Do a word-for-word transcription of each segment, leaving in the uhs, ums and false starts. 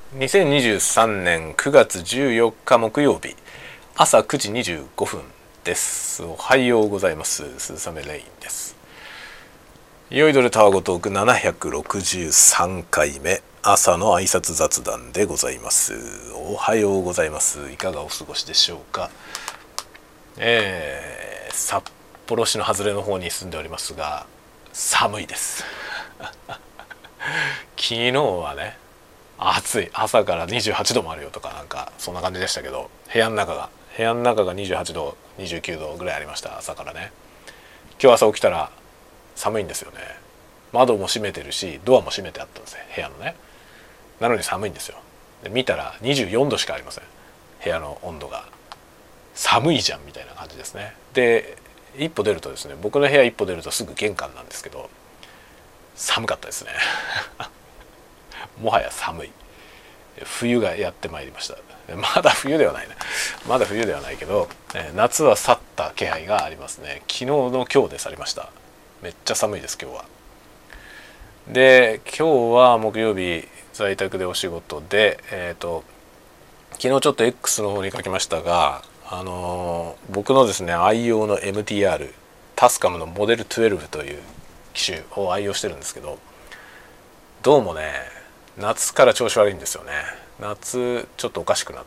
にせんにじゅうさんねんくがつじゅうよっか木曜日朝くじにじゅうごふんです。おはようございます。鈴雨レインです。よいどれタワゴトークななひゃくろくじゅうさんかいめ朝の挨拶雑談でございます。おはようございます。いかがお過ごしでしょうか。えー、札幌市の外れの方に住んでおりますが寒いです昨日はね暑い、朝からにじゅうはちどもあるよとかなんかそんな感じでしたけど、部屋の中が部屋の中がにじゅうはちどにじゅうきゅうどぐらいありました。朝からね。今日朝起きたら寒いんですよね。窓も閉めてるしドアも閉めてあったんですね、部屋のね。なのに寒いんですよ。で見たらにじゅうよんどしかありません、部屋の温度が。寒いじゃんみたいな感じですね。で一歩出るとですね、僕の部屋一歩出るとすぐ玄関なんですけど寒かったですねもはや寒い冬がやってまいりました。まだ冬ではないねまだ冬ではないけど夏は去った気配がありますね。昨日の今日で去りました。めっちゃ寒いです今日は。で今日は木曜日在宅でお仕事で、えーと昨日ちょっと X の方に書きましたが、あのー、僕のですね愛用の エムティーアール タスカムのモデルじゅうにという機種を愛用してるんですけど、どうもね夏から調子悪いんですよね。夏ちょっとおかしくなって、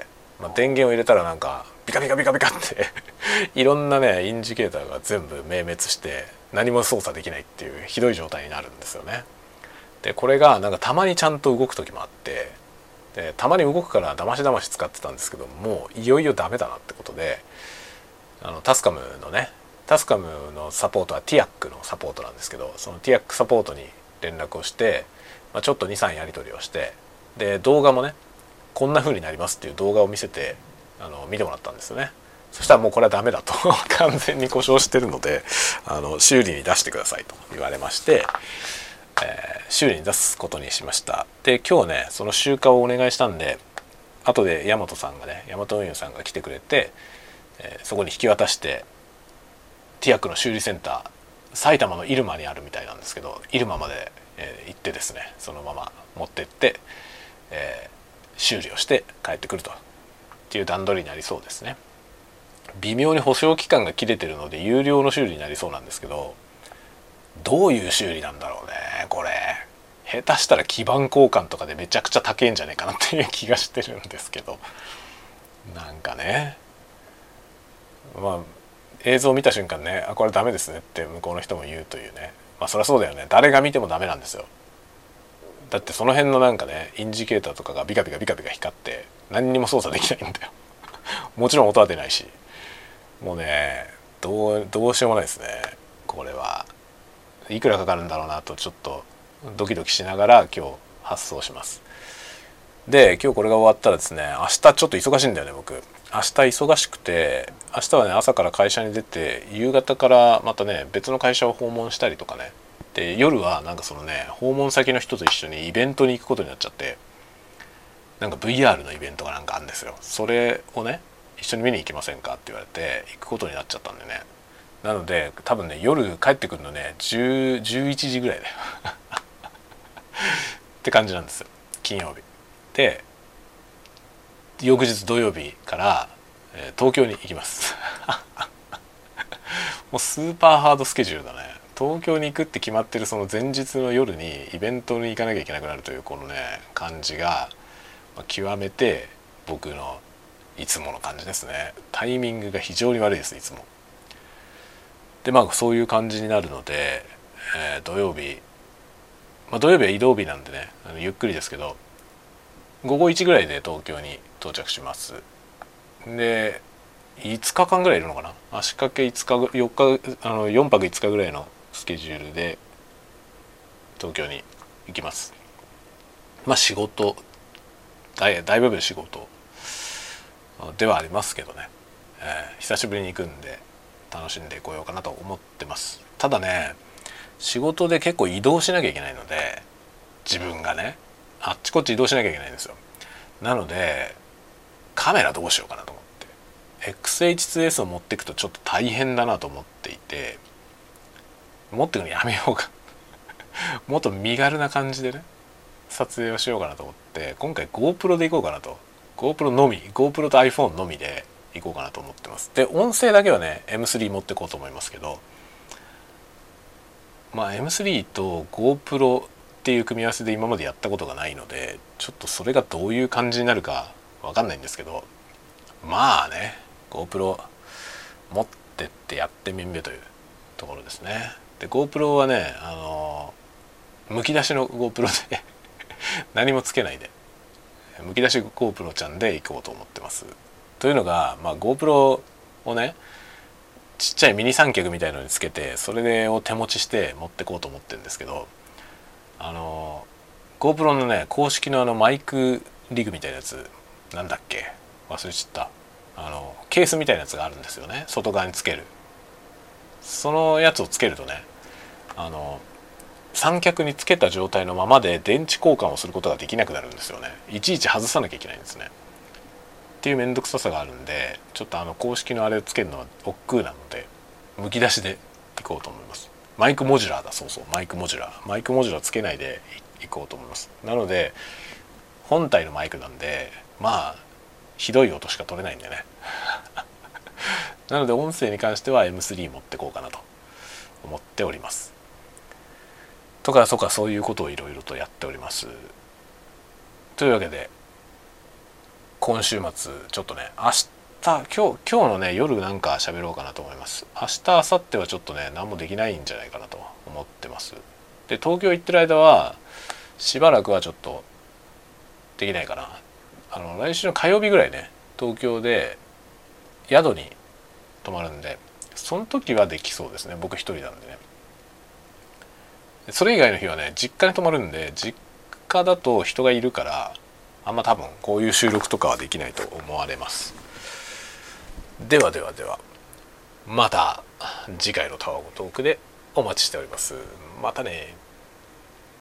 まあ、電源を入れたらなんかビカビカビカビカっていろんなねインジケーターが全部明滅して何も操作できないっていうひどい状態になるんですよね。でこれがなんかたまにちゃんと動く時もあって、でたまに動くからだましだまし使ってたんですけど、もういよいよダメだなってことで、あのタスカムのねタスカムのサポートは ティーアック のサポートなんですけど、その ティーアック サポートに連絡をして、まあ、ちょっと にさんやり取りをして、で動画もねこんな風になりますっていう動画を見せてあの見てもらったんですよね。そしたらもうこれはダメだと完全に故障してるのであの修理に出してくださいと言われまして、えー、修理に出すことにしました。で今日ねその集荷をお願いしたんで、後で大和さんがね大和運輸さんが来てくれて、えー、そこに引き渡して、ティーアックの修理センター埼玉の入間にあるみたいなんですけど、入間まで、えー、行ってですねそのまま持ってって、えー、修理をして帰ってくるとっていう段取りになりそうですね。微妙に保証期間が切れてるので有料の修理になりそうなんですけど、どういう修理なんだろうねこれ。下手したら基板交換とかでめちゃくちゃ高いんじゃないかなっていう気がしてるんですけど、なんかねまあ映像を見た瞬間ね、あこれダメですねって向こうの人も言うというね、まあそりゃそうだよね、誰が見てもダメなんですよ。だってその辺のなんかねインジケーターとかがビカビカビカビカ光って何にも操作できないんだよもちろん音は出ないし、もうねどうどうしようもないですねこれは。いくらかかるんだろうなとちょっとドキドキしながら今日発送します。で今日これが終わったらですね、明日ちょっと忙しいんだよね僕。明日忙しくて、明日はね朝から会社に出て夕方からまたね別の会社を訪問したりとかね、で夜はなんかそのね訪問先の人と一緒にイベントに行くことになっちゃって、なんか ブイアール のイベントがなんかあるんですよ。それをね一緒に見に行きませんかって言われて行くことになっちゃったんでね。なので多分ね夜帰ってくるのねじゅう、じゅういちじぐらいだよって感じなんですよ金曜日で。翌日土曜日から、えー、東京に行きますもうスーパーハードスケジュールだね。東京に行くって決まってるその前日の夜にイベントに行かなきゃいけなくなるというこのね感じが、まあ、極めて僕のいつもの感じですね。タイミングが非常に悪いですいつも。でまあそういう感じになるので、えー、土曜日、まあ、土曜日は移動日なんでねあのゆっくりですけど午後いちぐらいで東京に到着します。でいつかかんぐらいいるのかな、足掛けいつかよっかあのよんぱくいつかぐらいのスケジュールで東京に行きます。まあ仕事大大部分仕事ではありますけどね、えー、久しぶりに行くんで楽しんでこようかなと思ってます。ただね仕事で結構移動しなきゃいけないので、自分がねあっちこっち移動しなきゃいけないんですよ。なのでカメラどうしようかなと思って エックスエイチツーエス を持っていくとちょっと大変だなと思っていて、持っていくのやめようかもっと身軽な感じでね撮影をしようかなと思って、今回 GoPro で行こうかなと。 GoPro のみ GoPro と iPhone のみで行こうかなと思ってます。で音声だけはね エムスリー 持ってこうと思いますけど、まあ エムスリー と GoPro っていう組み合わせで今までやったことがないので、ちょっとそれがどういう感じになるかわかんないんですけど、まあね GoPro 持ってってやってみんべというところですね。で GoPro はね、あのむき出しの GoPro で何もつけないでむき出し GoPro ちゃんで行こうと思ってます。というのが、まあ、GoPro をねちっちゃいミニ三脚みたいのにつけて、それを手持ちして持ってこうと思ってるんですけど、あの GoPro のね公式のあのマイクリグみたいなやつ、なんだっけ忘れちゃった、あのケースみたいなやつがあるんですよね、外側につける。そのやつをつけるとね、あの三脚につけた状態のままで電池交換をすることができなくなるんですよね。いちいち外さなきゃいけないんですねっていう面倒くささがあるんで、ちょっとあの公式のあれをつけるのは億劫なのでむき出しでいこうと思います。マイクモジュラーだ、そうそうマイクモジュラーマイクモジュラーつけないでいこうと思います。なので本体のマイクなんで、まあひどい音しか取れないんでねなので音声に関しては エムスリー 持ってこうかなと思っております。とかそうかそういうことをいろいろとやっております。というわけで今週末ちょっとね、明日今日今日のね夜なんか喋ろうかなと思います。明日明後日はちょっとね何もできないんじゃないかなと思ってます。で東京行ってる間はしばらくはちょっとできないかな。あの来週の火曜日ぐらいね東京で宿に泊まるんで、その時はできそうですね。僕一人なんでね。それ以外の日はね実家に泊まるんで、実家だと人がいるからあんま多分こういう収録とかはできないと思われます。ではではではまた次回のタワゴトークでお待ちしております。またね。